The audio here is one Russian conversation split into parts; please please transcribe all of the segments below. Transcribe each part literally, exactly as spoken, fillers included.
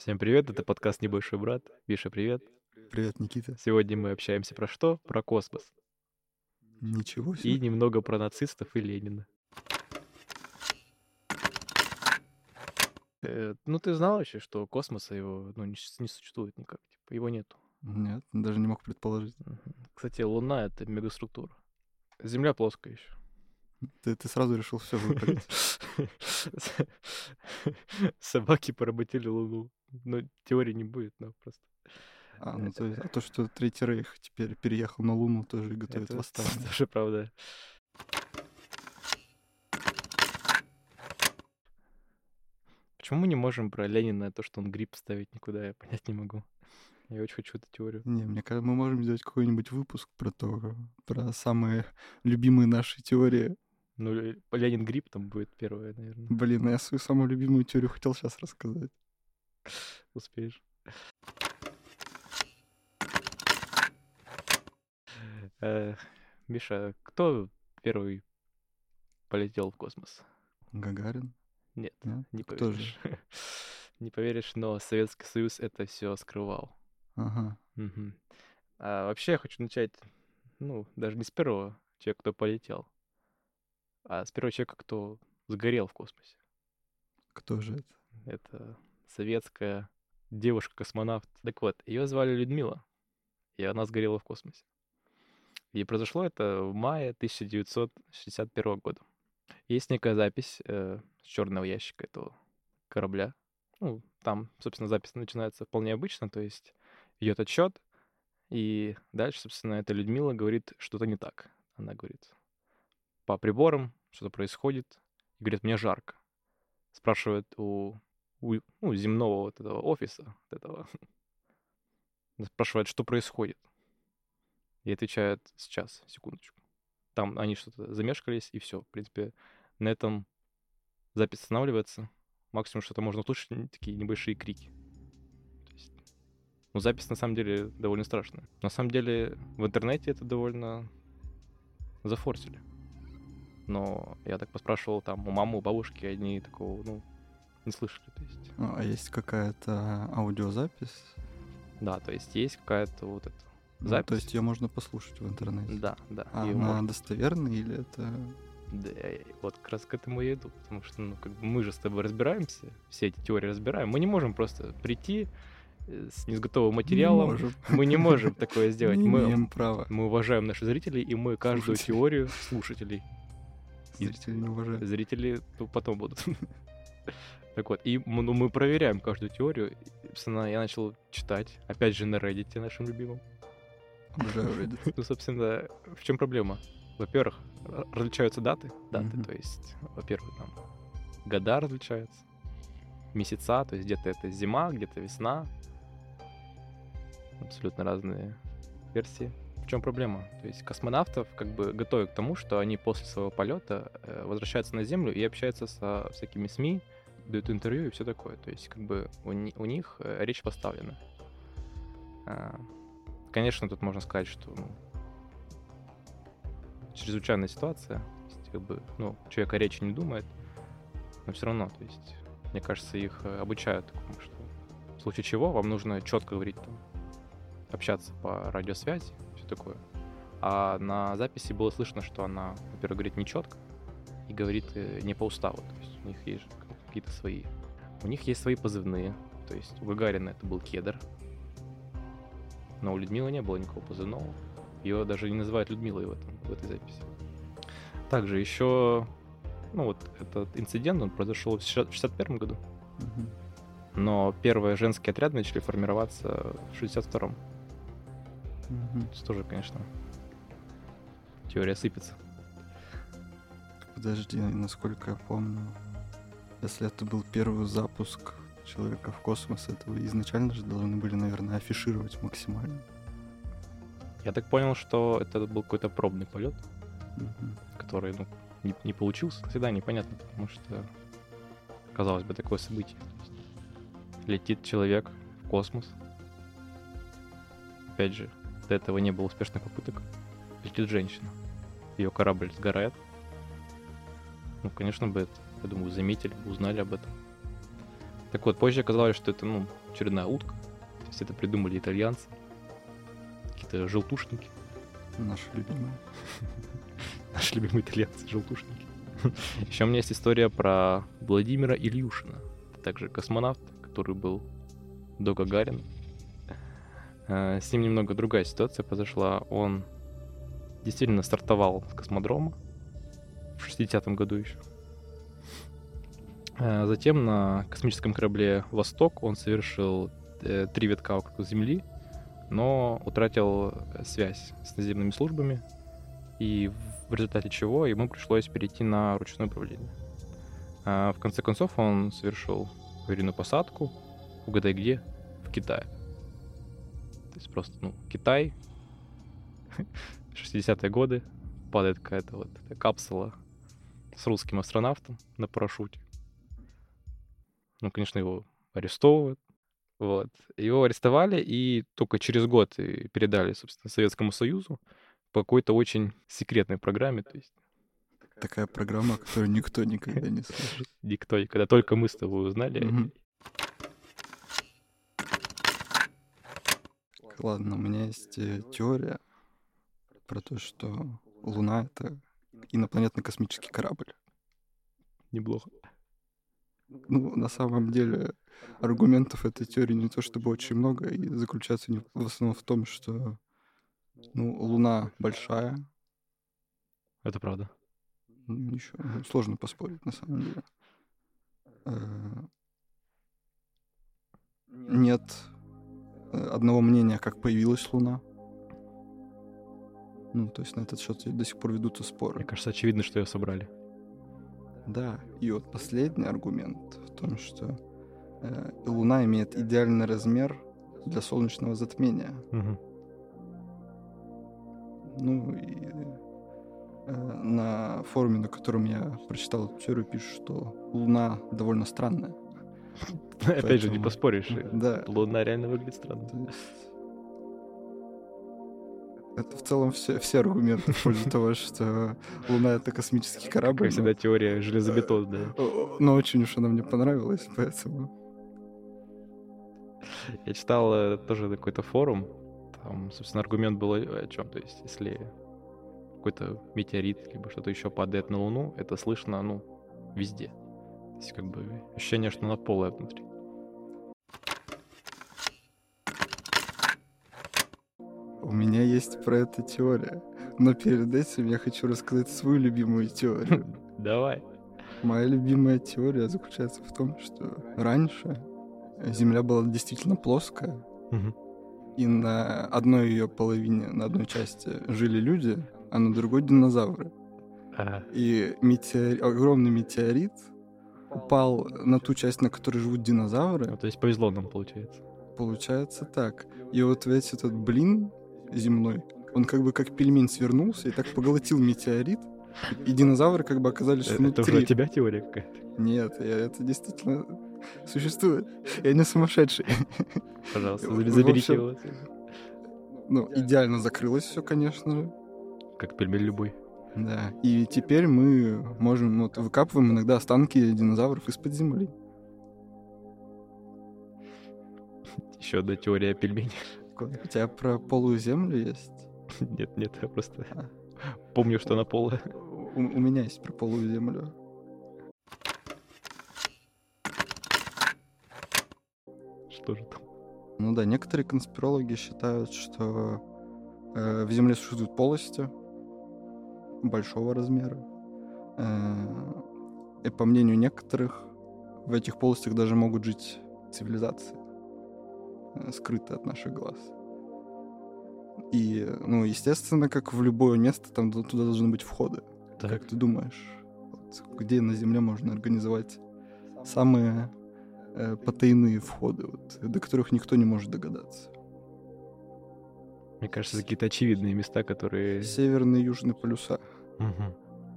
Всем привет, это подкаст «Небольшой брат». Миша, привет. Привет, Никита. Сегодня мы общаемся про что? Про космос. Ничего себе. И немного про нацистов и Ленина. Э, ну, ты знал вообще, что космоса его ну, не, с- не существует никак? Типа, его нету. Нет, даже не мог предположить. Мгм. Кстати, Луна — это мегаструктура. Земля плоская еще. Ты, ты сразу решил все выпалить. Собаки поработили Луну. Но теории не будет, но просто. А, ну то есть, а то, что Третий Рейх теперь переехал на Луну, тоже и готовит Это восстание. тоже правда. Почему мы не можем про Ленина то, что он гриб ставить никуда, я понять не могу. Я очень хочу эту теорию. Не, мне кажется, мы можем сделать какой-нибудь выпуск про то, про самые любимые наши теории. Ну, Ле- Ленин гриб там будет первое, наверное. Блин, а я свою самую любимую теорию хотел сейчас рассказать. Успеешь. Э, Миша, кто первый полетел в космос? Гагарин? Нет, Нет? не Кто же? поверишь. Не поверишь, но Советский Союз это все скрывал. Ага. Мгм. А вообще я хочу начать, ну, даже не с первого человека, кто полетел, а с первого человека, кто сгорел в космосе. Кто же это? Это советская девушка-космонавт. Так вот, ее звали Людмила, и она сгорела в космосе. И произошло это в мае тысяча девятьсот шестьдесят первого года. Есть некая запись э, с черного ящика этого корабля. Ну, там, собственно, запись начинается вполне обычно, то есть идет отсчет, и дальше, собственно, эта Людмила говорит что-то не так. Она говорит по приборам, что-то происходит, и говорит, мне жарко. Спрашивает у, у, ну, земного вот этого офиса, вот этого, спрашивает, что происходит. И отвечает, сейчас, секундочку. Там они что-то замешкались, и все. В принципе, на этом запись останавливается. Максимум, что-то можно услышать, н- такие небольшие крики. То есть, ну, запись на самом деле довольно страшная. На самом деле в интернете это довольно зафорсили. Но я так поспрашивал там у мамы, у бабушки, они такого, ну, не слышали. То есть, Ну, а есть какая-то аудиозапись? да, то есть есть какая-то вот эта Ну, запись. то есть ее можно послушать в интернете. Да, да. А её она можно. достоверная или это... Да, и вот как раз к этому я иду, потому что, ну, как бы мы же с тобой разбираемся, все эти теории разбираем. Мы не можем просто прийти э, с незготовым Не материалом. можем. Мы не можем такое сделать. Не Мы, имеем права. мы уважаем наших зрителей, и мы каждую Слушателей. теорию слушателей. И Зрители не уважают. зрители то потом будут. Так вот, и м- ну, мы проверяем каждую теорию. И, собственно, я начал читать, опять же, на Reddit нашим любимым. Обожаю Reddit. Ну, собственно, в чем проблема? Во-первых, р- различаются даты. Даты, Мгм. то есть, во-первых, там года различаются, месяца, то есть где-то это зима, где-то весна. Абсолютно разные версии. В чем проблема? То есть космонавтов как бы готовят к тому, что они после своего полета э, возвращаются на Землю и общаются со всякими СМИ, дают интервью и все такое. То есть как бы у, ни- у них э, речь поставлена. А, Конечно, тут можно сказать, что ну, чрезвычайная ситуация. То есть, как бы, ну, человек о речи не думает, но все равно, то есть, мне кажется, их э, обучают такому, что в случае чего вам нужно четко говорить, там, общаться по радиосвязи, все такое. А на записи было слышно, что она, во-первых, говорит нечетко и говорит э, не по уставу. То есть у них есть же какие-то свои... У них есть свои позывные. То есть у Гагарина это был Кедр, но у Людмилы не было никакого позывного. Ее даже не называют Людмилой в, этом, в этой записи. Также еще, ну вот этот инцидент, он произошел в шестьдесят первом году, Мгм. но первые женские отряды начали формироваться в шестьдесят втором. Мгм. То есть тоже, конечно, теория сыпется. Подожди, насколько я помню, если это был первый запуск человека в космос, этого изначально же должны были, наверное, афишировать максимально. Я так понял, что это был какой-то пробный полет, Мгм. который ну, не, не получился. Всегда непонятно, потому что, казалось бы, такое событие. То есть летит человек в космос. Опять же, до этого не было успешных попыток. Летит женщина. Ее корабль сгорает. Ну, конечно бы это, я думаю, заметили, узнали об этом. Так вот, позже оказалось, что это, ну, очередная утка. То есть это придумали итальянцы. Какие-то желтушники. Наши любимые. Наши любимые итальянцы, желтушники. Еще у меня есть история про Владимира Ильюшина. Это также космонавт, который был до Гагарина. С ним немного другая ситуация произошла. Он действительно стартовал с космодрома в шестидесятом году еще. Затем на космическом корабле «Восток» он совершил три витка вокруг Земли, но утратил связь с наземными службами, и в результате чего ему пришлось перейти на ручное управление. В конце концов он совершил аварийную посадку, угадай где, в Китае. То есть просто, ну, Китай, шестидесятые годы, падает какая-то вот капсула с русским астронавтом на парашюте. Ну, конечно, его арестовывают. Вот. Его арестовали и только через год передали, собственно, Советскому Союзу по какой-то очень секретной программе. То есть... Такая программа, которую никто никогда не слышал. Никто никогда, только мы с тобой узнали. Mm-hmm. Ладно, у меня есть теория про то, что Луна — это инопланетный космический корабль. Неплохо. Ну, на самом деле, аргументов этой теории не то чтобы очень много, и заключается в основном в том, что, ну, Луна большая. Это правда. Еще ну, сложно поспорить, на самом деле. Нет одного мнения, как появилась Луна. Ну, то есть на этот счет до сих пор ведутся споры. Мне кажется, очевидно, что ее собрали. Да, и вот последний аргумент в том, что э, Луна имеет идеальный размер для солнечного затмения. Угу. Ну и э, на форуме, на котором я прочитал эту теорию, пишут, что Луна довольно странная. Опять же, не поспоришь. Да. Луна реально выглядит странно. Это в целом все, все аргументы в пользу того, что Луна — это космический корабль. Как всегда, теория железобетонная. Но очень уж она мне понравилась, поэтому... Я читал тоже какой-то форум. Там, собственно, аргумент был о чем. То есть, если какой-то метеорит либо что-то еще падает на Луну, это слышно, ну, везде. То есть, как бы, ощущение, что она полая внутри. У меня есть про это теория. Но перед этим я хочу рассказать свою любимую теорию. Давай. Моя любимая теория заключается в том, что раньше Земля была действительно плоская, угу. и на одной ее половине, на одной части жили люди, а на другой динозавры. Ага. И метеор... огромный метеорит упал на ту часть, на которой живут динозавры. Ну, то есть повезло нам, получается. Получается так. И вот весь этот блин земной, он как бы как пельмень свернулся и так поглотил метеорит, и динозавры как бы оказались внутри. Это уже у тебя теория какая-то? Нет, я, это действительно существует. Я не сумасшедший. Пожалуйста, заберите его. Ну, идеально закрылось все, конечно же. Как пельмень любой. Да, и теперь мы можем, вот, выкапываем иногда останки динозавров из-под земли. Еще одна теория о пельменях. У тебя про полую землю есть? Нет, нет, я просто а. помню, что она полая. У, у меня есть про полую землю. Что же там? Ну да, некоторые конспирологи считают, что э, в Земле существуют полости большого размера. Э, и по мнению некоторых, в этих полостях даже могут жить цивилизации, э, скрытые от наших глаз. И, ну, естественно, как в любое место, там туда должны быть входы. Так. Как ты думаешь, вот, где на Земле можно организовать самые э, потайные входы, вот, до которых никто не может догадаться? Мне кажется, какие-то очевидные места, которые... Северные и южные полюса. Угу.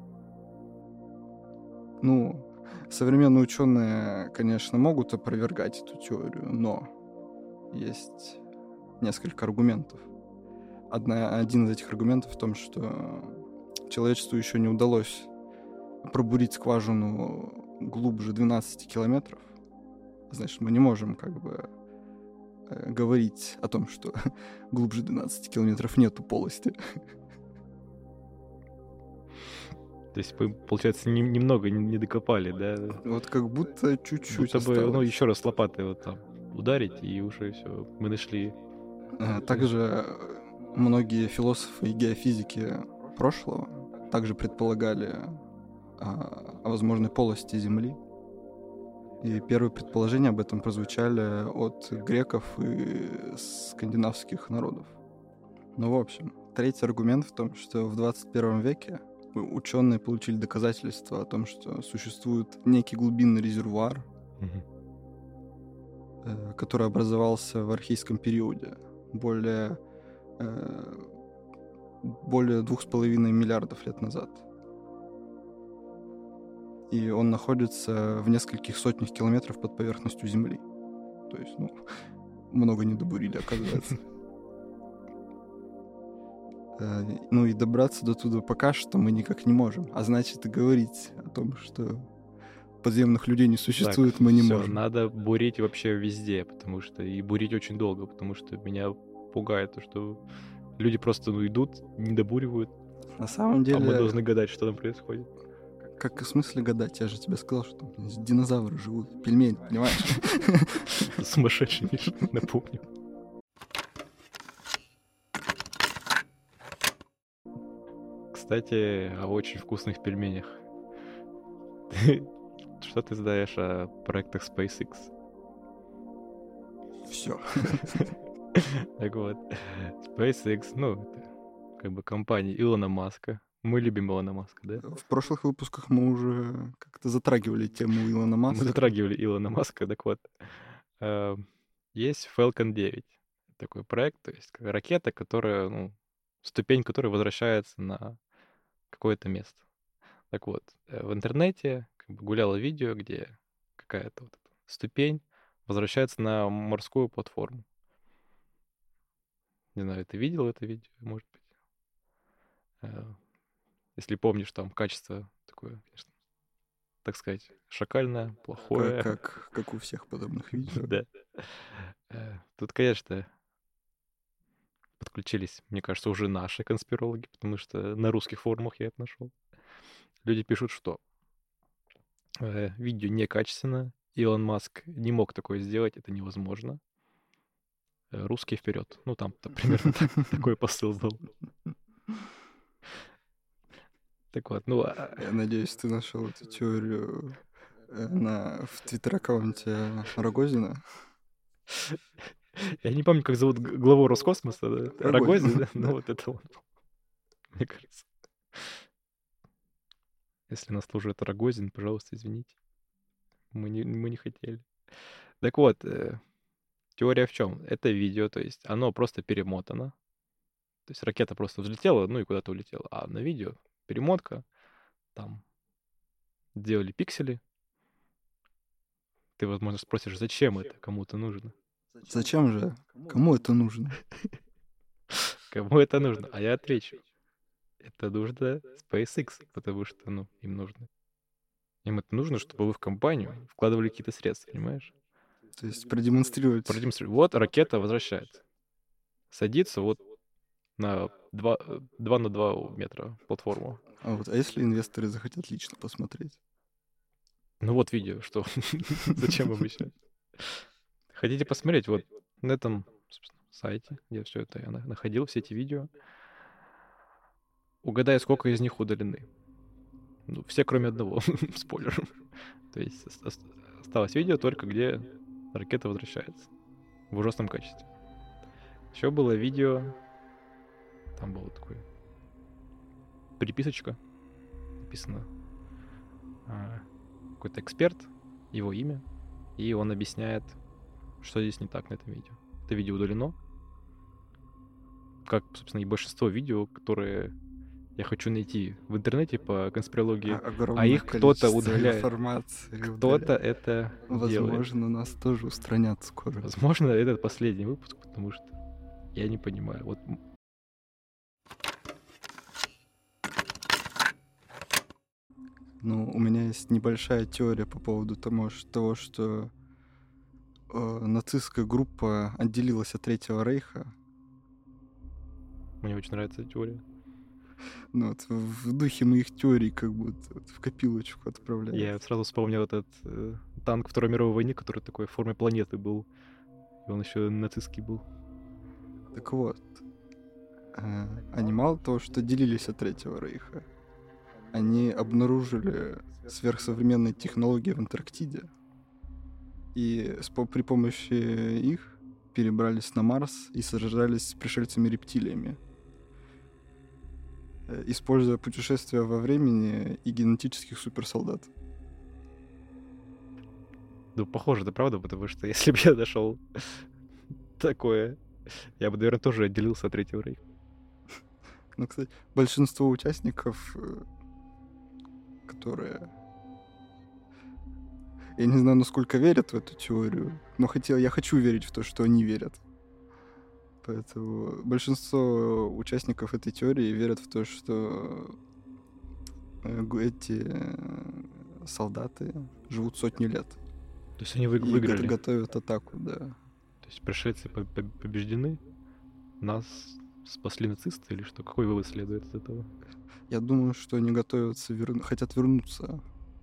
Ну, современные ученые, конечно, могут опровергать эту теорию, но есть несколько аргументов. Одна, один из этих аргументов в том, что человечеству еще не удалось пробурить скважину глубже двенадцати километров. значит, мы не можем как бы э, говорить о том, что глубже двенадцати километров нету полости. То есть мы, получается, не- немного не не докопали, да? Вот как будто чуть-чуть Будто бы, ну, осталось. еще раз лопатой вот там ударить, и уже все, мы нашли. Э, Также э, многие философы и геофизики прошлого также предполагали а, о возможной полости Земли. И первые предположения об этом прозвучали от греков и скандинавских народов. Ну, в общем, третий аргумент в том, что в двадцать первом веке ученые получили доказательства о том, что существует некий глубинный резервуар, Мгм. э, который образовался в архейском периоде, более, э, более двух с половиной миллиардов лет назад. И он находится в нескольких сотнях километров под поверхностью Земли. То есть, ну, много не добурили, оказывается. Э, Ну и добраться до туда пока что мы никак не можем. А значит, и говорить о том, что подземных людей не существует, мы не всё, можем. надо бурить вообще везде, потому что и бурить очень долго, потому что меня пугает то, что люди просто ну, идут, не добуривают, На самом а мы деле, должны гадать, что там происходит. как в смысле гадать? Я же тебе сказал, что там динозавры живут, пельмени, понимаешь? Сумасшедший, Миша, напомню. Кстати, о очень вкусных пельменях. Ты- Что ты знаешь о проектах SpaceX? Все. Так вот, SpaceX, ну, это как бы компания Илона Маска. Мы любим Илона Маска, да? В прошлых выпусках мы уже как-то затрагивали тему Илона Мы Маска. затрагивали Илона Маска, так вот. э, Есть Falcon девять. Такой проект, то есть как ракета, которая, ну, ступень которой возвращается на какое-то место. Так вот, э, в интернете как бы гуляло видео, где какая-то вот эта ступень возвращается на морскую платформу. Не знаю, ты видел это видео, может быть? Э, Если помнишь, там качество такое, конечно, так сказать, шакальное, Как, плохое. как, как у всех подобных видео. Да. Э, Тут, конечно, подключились, мне кажется, уже наши конспирологи, потому что на русских форумах я это нашел. Люди пишут, что э, видео некачественно, Илон Маск не мог такое сделать, это невозможно. Э, Русские вперед. Ну, там примерно так- такой посыл был. Так вот, ну, а- Я надеюсь, ты нашел эту теорию э, на, в твиттер-аккаунте Рогозина. я не помню, как зовут г- главу Роскосмоса, да? Рогозин, Рогозин, да? да. Ну, вот это он был, мне кажется. Если нас служит Рогозин, пожалуйста, извините. Мы не, мы не хотели. Так вот, э, теория в чем? Это видео, то есть оно просто перемотано. То есть ракета просто взлетела, ну и куда-то улетела. А на видео перемотка, там сделали пиксели. Ты, возможно, спросишь, зачем это кому-то нужно? Зачем же? Кому это нужно? Кому это нужно? А я отвечу. Это нужно SpaceX, потому что, ну, им нужно. Им это нужно, чтобы вы в компанию вкладывали какие-то средства, понимаешь? То есть продемонстрировать... Продемонстрировать. Вот ракета возвращается. Садится вот на два два на два метра платформу. А вот, а если инвесторы захотят лично посмотреть? Ну вот видео, что зачем вам еще? Хотите посмотреть? Вот на этом, собственно, сайте, где все это я на- находил, все эти видео. Угадай, сколько из них удалены. Ну, все, кроме одного. Спойлер. То есть ос- ос- осталось видео только где ракета возвращается. В ужасном качестве. Еще было видео. Там было такое приписочка. Написано а, какой-то эксперт, его имя. И он объясняет, что здесь не так на этом видео. Это видео удалено. Как, собственно, и большинство видео, которые я хочу найти в интернете по А- конспирологии, а огромное их кто-то количество удаляет. информации Кто-то удаляет. это делает. Возможно, нас тоже устранят скоро. Возможно, это последний выпуск, потому что я не понимаю. Вот м, Ну, у меня есть небольшая теория по поводу того, ш- того, что э, нацистская группа отделилась от Третьего Рейха. Мне очень нравится эта теория. Ну, вот в духе моих теорий как будто вот в копилочку отправляют. Я сразу вспомнил этот э, танк Второй мировой войны, который такой в форме планеты был. И он еще нацистский был. Так вот, э, они мало того, что отделились от Третьего Рейха, они обнаружили сверхсовременные технологии в Антарктиде. И с, по- при помощи их перебрались на Марс и сражались с пришельцами-рептилиями, э, используя путешествия во времени и генетических суперсолдат. Ну, похоже, это правда, потому что если бы я нашел такое, я бы, наверное, тоже отделился от Третьего Рейха. Ну, кстати, большинство участников, э, которые... Я не знаю, насколько верят в эту теорию, но хотел, я хочу верить в то, что они верят. Поэтому большинство участников этой теории верят в то, что э, гу- эти э, солдаты живут сотни лет. То есть они вы- И го- выиграли. готовят атаку, да. То есть пришельцы по- по- побеждены, нас спасли нацисты или что? Какой вывод следует из этого? Я думаю, что они готовятся, верну- хотят вернуться.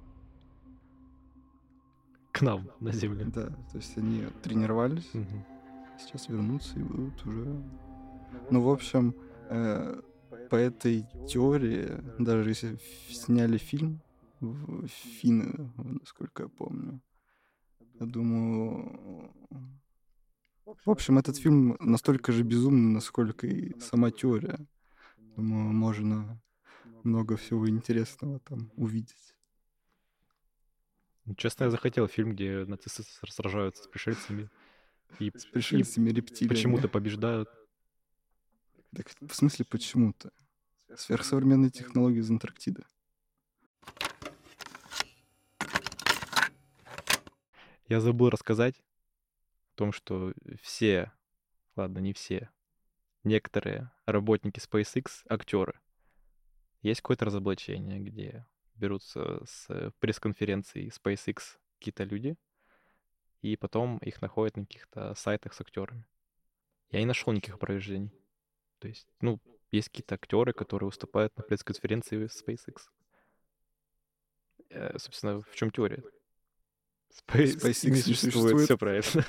К нам на Землю. Да, то есть они тренировались, Мгм. сейчас вернутся и будут уже... Ну, в общем, э, по этой теории, даже если ф- сняли фильм, в- финны, насколько я помню, я думаю... В общем, этот фильм настолько же безумный, насколько и сама теория. Думаю, можно много всего интересного там увидеть. Ну, честно, я захотел фильм, где нацисты с- сражаются с пришельцами и, С и пришельцами, рептилиями. почему-то побеждают. Так, в смысле почему-то? Сверхсовременные технологии из Антарктиды. Я забыл рассказать о том, что все, ладно, не все, некоторые работники SpaceX, актеры, есть какое-то разоблачение, где берутся с пресс-конференции SpaceX какие-то люди, и потом их находят на каких-то сайтах с актерами. Я не нашел никаких опровержений. То есть, ну, есть какие-то актеры, которые выступают на пресс-конференции SpaceX. Э, собственно, в чем теория? Space SpaceX не не существует, существует. все правильно.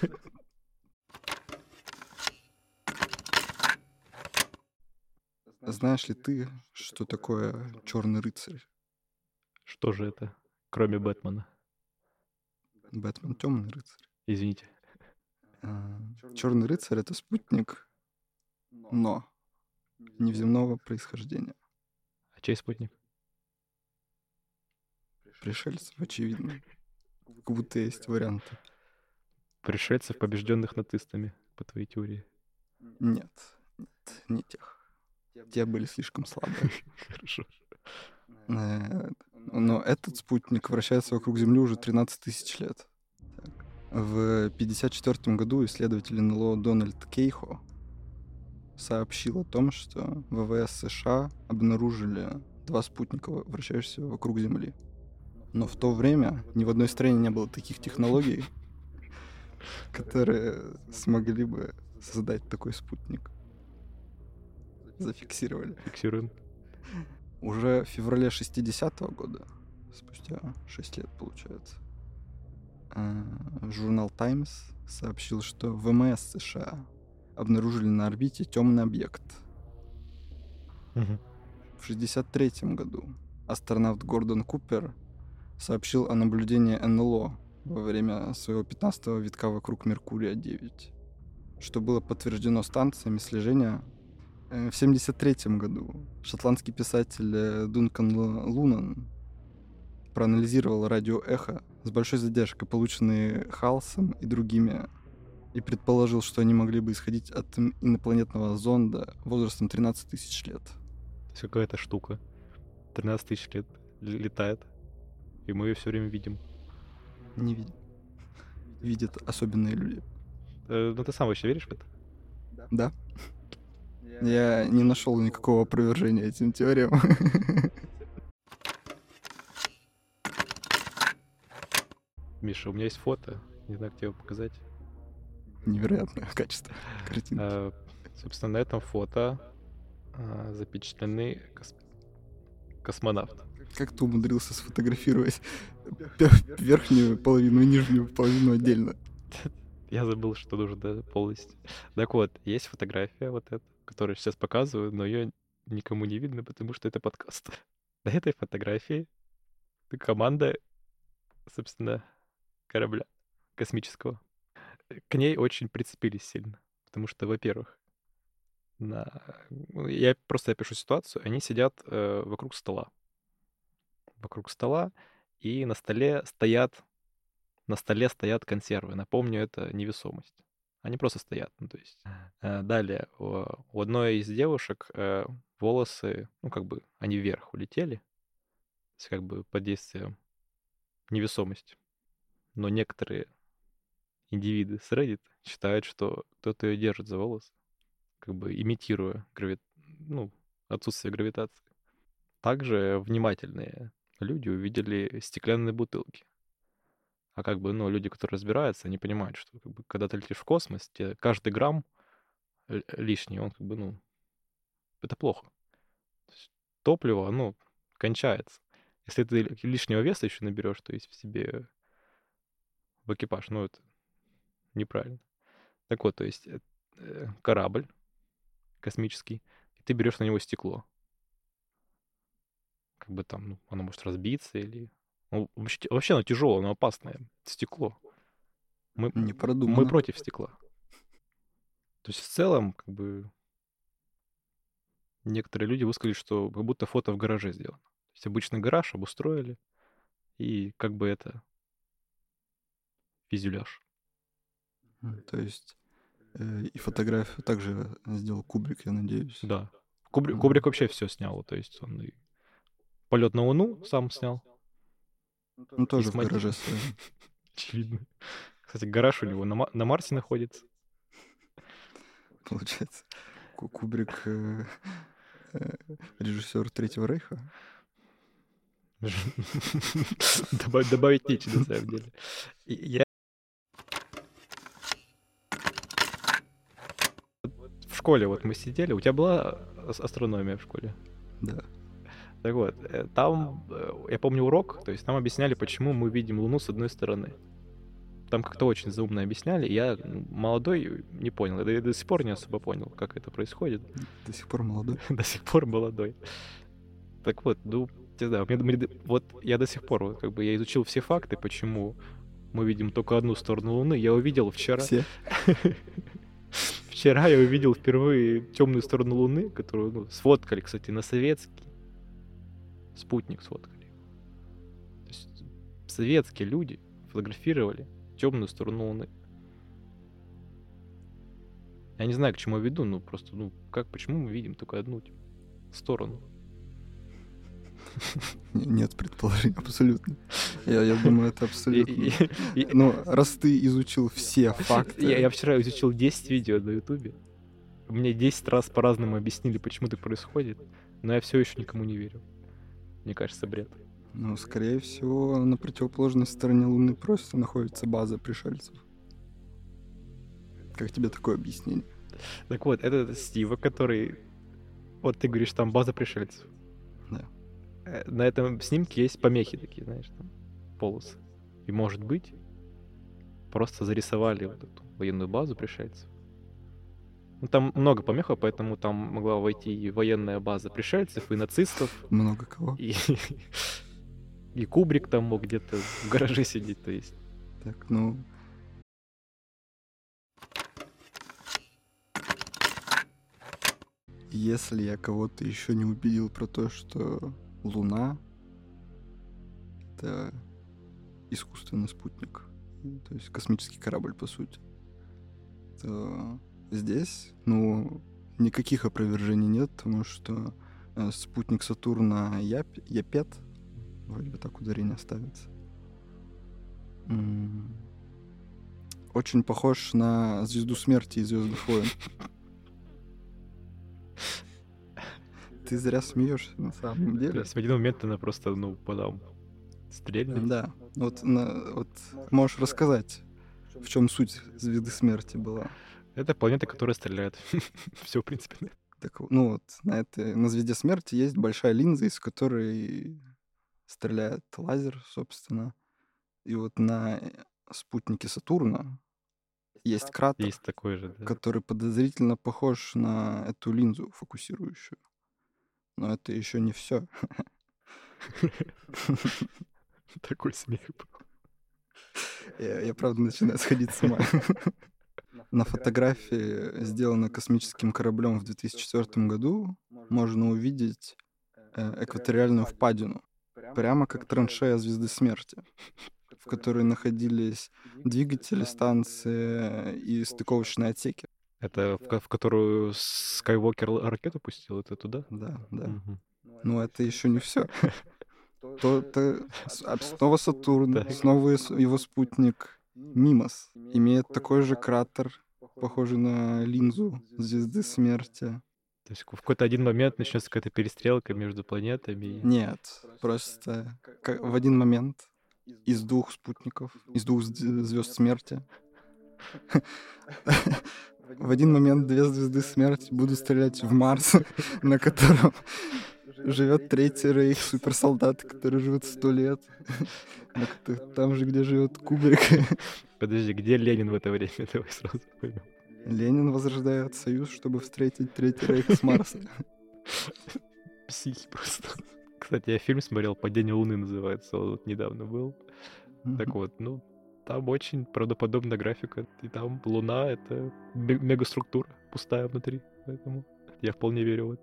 Знаешь ли ты, что такое черный рыцарь? Что же это, кроме Бэтмена? Бэтмен темный рыцарь. Извините. Черный рыцарь это спутник, но невземного происхождения. А чей спутник? Пришельцев, очевидно. Как будто есть варианты. Пришельцев, побежденных нацистами, по твоей теории. Нет, нет, не тех. Те были слишком слабые. Хорошо. Э, Но этот спутник вращается вокруг Земли уже тринадцать тысяч лет. Так. В пятьдесят четвёртом году исследователь эн эл о Дональд Кейхо сообщил о том, что вэ вэ эс США обнаружили два спутника, вращающихся вокруг Земли. Но в то время ни в одной стране не было таких технологий, которые смогли бы создать такой спутник. Зафиксировали. Фиксируем. Уже в феврале шестидесятого года, спустя шесть лет, получается, э, журнал Times сообщил, что вэ эм эс США обнаружили на орбите темный объект. Мгм. В шестьдесят третьем году астронавт Гордон Купер сообщил о наблюдении эн эл о во время своего пятнадцатого витка вокруг Меркурия девять, что было подтверждено станциями слежения. Э, В семьдесят третьем году шотландский писатель э, Дункан Л- Лунан проанализировал радиоэхо с большой задержкой, полученные Халсом и другими, и предположил, что они могли бы исходить от ин- инопланетного зонда возрастом тринадцать тысяч лет. То есть какая-то штука. тринадцать тысяч лет л- летает, и мы ее все время видим. Не видим. Видят особенные люди. Э, ну ты сам вообще веришь в это? Да? Я не нашел никакого опровержения этим теориям. Миша, у меня есть фото, не знаю, как тебе его показать. невероятное качество картинки. Э, Собственно, на этом фото э, запечатлены кос- космонавты. Как ты умудрился сфотографировать п- верхнюю половину и нижнюю половину отдельно? Я забыл, что нужно полностью. Так вот, есть фотография вот эта, которую сейчас показываю, но ее никому не видно, потому что это подкаст. На этой фотографии команда, собственно, корабля космического. К ней очень прицепились сильно, потому что, во-первых, на... ну, я просто опишу ситуацию. Они сидят э, вокруг стола. Вокруг стола, и на столе стоят на столе стоят консервы. Напомню, это невесомость. Они просто стоят. Ну, то есть. Э, Далее, у у одной из девушек э, волосы, ну, как бы, они вверх улетели, то есть, как бы, под действием невесомости. Но некоторые индивиды с Reddit считают, что кто-то ее держит за волосы, как бы имитируя грави... ну, отсутствие гравитации. Также внимательные люди увидели стеклянные бутылки. А как бы, ну, люди, которые разбираются, они понимают, что как бы, когда ты летишь в космос, тебе каждый грамм л- лишний, он как бы, ну, это плохо. То есть топливо, оно кончается. Если ты ли- лишнего веса еще наберешь, то есть в себе в экипаж, ну, это неправильно. Так вот, то есть э, э, корабль космический, и ты берешь на него стекло. Как бы там, ну, оно может разбиться или... Ну, вообще, вообще оно тяжелое, оно опасное. Стекло. Мы, Не мы продумано. против стекла. То есть в целом, как бы, некоторые люди высказали, что как будто фото в гараже сделано. То есть обычный гараж обустроили, и как бы это фюзеляж. М, То есть э, и фотографию также сделал Кубрик, я надеюсь. Да. Кубрик, Ага. Кубрик вообще все снял. То есть он и полет на Луну сам снял, Он и тоже в смонтировал. гараже своем, Очевидно. Кстати, гараж у него на, Ма- на Марсе находится. получается. Ку- Кубрик э, э, режиссер Третьего Рейха. Добав- Добавить нечего, на самом деле. И Я в школе, вот мы сидели, у тебя была ас- астрономия в школе? Да. Так вот, э, там, э, я помню урок, то есть нам объясняли, почему мы видим Луну с одной стороны. Там как-то очень заумно объясняли, я м, молодой не понял, я до сих пор не особо понял, как это происходит, До сих пор молодой. до сих пор молодой. Так вот, ну, не знаю, мне- мне д- вот я до сих пор, вот, как бы я изучил все факты, почему мы видим только одну сторону Луны, я увидел вчера, Все. вчера я увидел впервые темную сторону Луны, которую, ну, сфоткали, кстати, на советский спутник сфоткали. То есть советские люди фотографировали темную сторону Луны. Я не знаю, к чему я веду, ну просто, ну как, почему мы видим только одну типа, сторону? Н- Нет предположений, абсолютно. Я, я думаю, это И- абсолютно... и- и- Ну, раз ты изучил все Я, факты... я вчера изучил десять видео на Ютубе. Мне десять раз по-разному объяснили, почему так происходит, но я все еще никому не верю. Мне кажется, бред. Ну, скорее всего, на противоположной стороне Луны просто находится база пришельцев. Как тебе такое объяснение? Так вот, это Стива, который... Вот ты говоришь, там база пришельцев. Да. Э, На этом снимке есть помехи такие, знаешь, там полосы. И может быть, просто зарисовали вот эту военную базу пришельцев. Ну, там много помех, поэтому там могла войти и военная база пришельцев, и нацистов, Много кого. и, и Кубрик там мог где-то в гараже сидеть, то есть. Так, ну... Если я кого-то еще не убедил про то, что Луна — это искусственный спутник, то есть космический корабль, по сути, то здесь, ну, никаких опровержений нет, потому что э, спутник Сатурна Яп- Япет, вроде бы так ударение ставится, м, очень похож на звезду смерти из «Звездных войн». Ты зря смеешься, на самом То деле. есть в один момент она просто, ну, подам стрельнет. Да, вот, на- вот можешь рассказать, в чем суть звезды смерти была? Это планета, которая стреляет. Все, в принципе. Да. Так, ну вот, на этой, на звезде смерти есть большая линза, из которой стреляет лазер, собственно. И вот на спутнике Сатурна есть кратер, Есть такой же, да. который подозрительно похож на эту линзу фокусирующую. Но это еще не все. Такой смех был. Я, я правда начинаю сходить с ума. На фотографии, сделанной космическим кораблем в две тысячи четвёртом году, можно увидеть э, экваториальную впадину, прямо как траншея звезды смерти, в которой находились двигатели, станции и стыковочные отсеки. Это в, ко- в которую Скайуокер л- ракету пустил? Это туда? Да, да. Мгм. Но это еще не все. То это с- а снова Сатурн, Так. снова с- его спутник Мимос имеет такой же кратер, похожий на линзу звезды смерти. То есть в какой-то один момент начнется какая-то перестрелка между планетами. и- Нет, просто ка- в один момент из двух спутников, из двух звезд смерти, в один момент две звезды смерти будут стрелять в Марс, на котором живет Третий Рейх, суперсолдаты, которые живут сто лет. На ко- Там же, где живет Кубрик. Подожди, где Ленин в это время? Давай сразу поймем. Ленин возрождает союз, чтобы встретить Третий Рейх с Марса. Психи просто. Кстати, я фильм смотрел «Падение Луны» называется, он вот недавно был. Так вот, ну, там очень правдоподобная графика. И там Луна — это ме- мегаструктура, пустая внутри. Поэтому я вполне верю в это.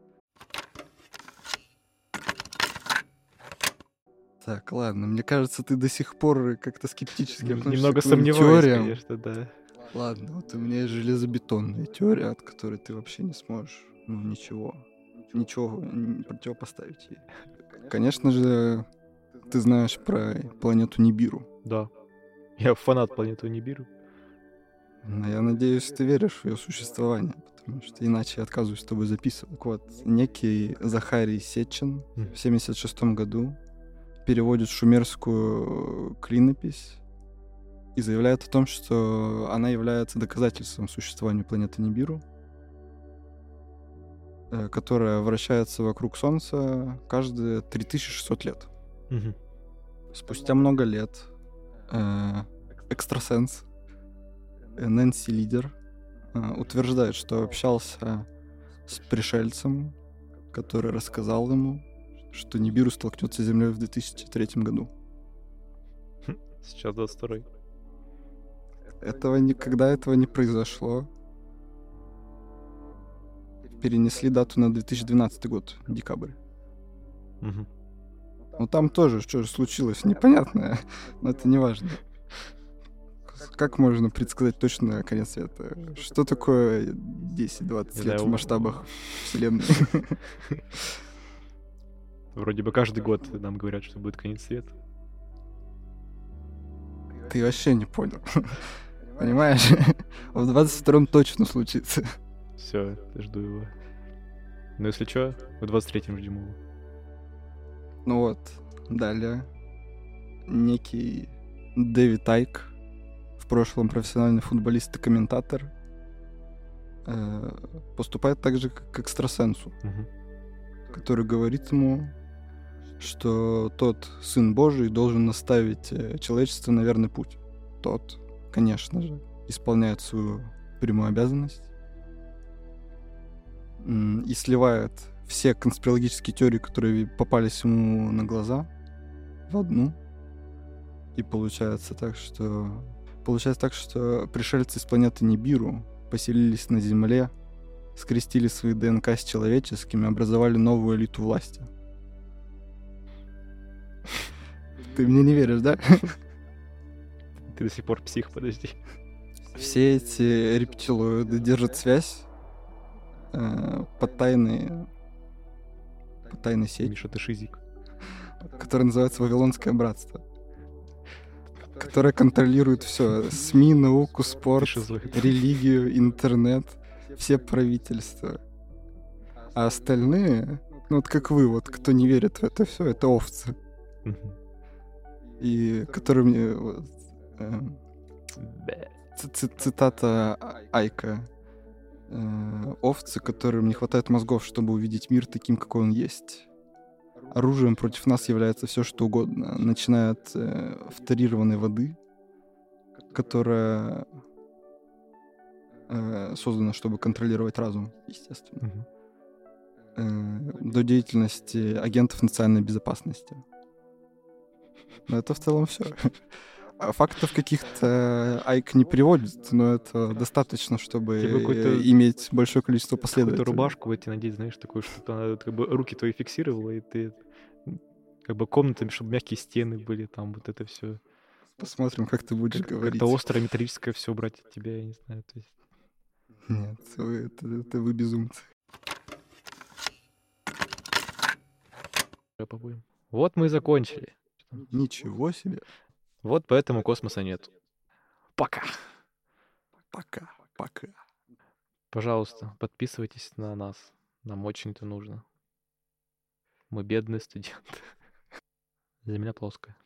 Так, ладно, мне кажется, ты до сих пор как-то скептически Нем- относишься Немного к моим сомневаюсь, теориям. конечно, да. Ладно, вот у меня есть железобетонная теория, от которой ты вообще не сможешь, ну, ничего, ничего н- противопоставить ей. Конечно же, ты знаешь про планету Нибиру. Да. Я фанат планеты Нибиру. Но я надеюсь, ты веришь в ее существование, потому что иначе я отказываюсь с тобой записывать. Так вот, некий Захарий Сечин Мгм. в семьдесят шестом году переводит шумерскую клинопись и заявляет о том, что она является доказательством существования планеты Нибиру, э, которая вращается вокруг Солнца каждые три тысячи шестьсот лет. Мгм. Спустя много лет э, экстрасенс э, Нэнси Лидер э, утверждает, что общался с пришельцем, который рассказал ему, что Нибиру столкнется с Землей в две тысячи третьем году. Сейчас двадцать второй. Этого никогда этого не произошло. Перенесли дату на две тысячи двенадцатый год, декабрь. Мгм. Ну там тоже что же случилось, непонятно, но это не важно. Как можно предсказать точно конец света? Что такое десять-двадцать Не лет знаю, в масштабах Вселенной? Вроде бы каждый год нам говорят, что будет конец света. Ты вообще не понял. Понимаешь? В двадцать втором точно случится. Все, жду его. Ну, если что, в двадцать третьем ждем его. Ну вот, далее. Некий Дэвид Айк, в прошлом профессиональный футболист и комментатор, э, поступает так же, как к экстрасенсу, Мгм. который говорит ему, что тот Сын Божий должен наставить э, человечество на верный путь. Тот, конечно же, исполняет свою прямую обязанность м, и сливает все конспирологические теории, которые попались ему на глаза, в одну. И получается так, что получается так, что пришельцы с планеты Нибиру поселились на Земле, скрестили свои ДНК с человеческими, образовали новую элиту власти. Ты мне не веришь, да? Ты до сих пор псих, подожди. Все эти рептилоиды держат связь э, по тайной по тайной сети, Миша, ты шизик. которая называется Вавилонское братство, которое контролирует все: СМИ, науку, спорт, Ты шизоид. религию, интернет, все правительства. А остальные, ну вот как вы, вот кто не верит в это все, это овцы. Мгм. И которые мне вот, эм, Бе. Ц- ц- Цитата А- Айка. Э, Овцы, которым не хватает мозгов, чтобы увидеть мир таким, какой он есть. Оружием против нас является все, что угодно, начиная от э, фторированной воды, которая э, создана, чтобы контролировать разум, естественно, Мгм. э, до деятельности агентов национальной безопасности. Но это в целом все. Фактов каких-то Айк не приводит, но это достаточно, чтобы Тебе какой-то- иметь большое количество Какую-то последователей. рубашку эти надеть, знаешь, такую, чтобы она как бы руки твои фиксировала, и ты м, как бы комнатами, чтобы мягкие стены были, там вот это все. Посмотрим, как ты будешь Как, говорить. как-то острое металлическое все брать от тебя, я не знаю. То есть... Нет, вы, это, это вы безумцы. Попробуем. Вот мы и закончили. Ничего себе. Вот поэтому космоса нет. Пока. Пока, пока. Пожалуйста, подписывайтесь на нас. Нам очень это нужно. Мы бедные студенты. Земля плоская.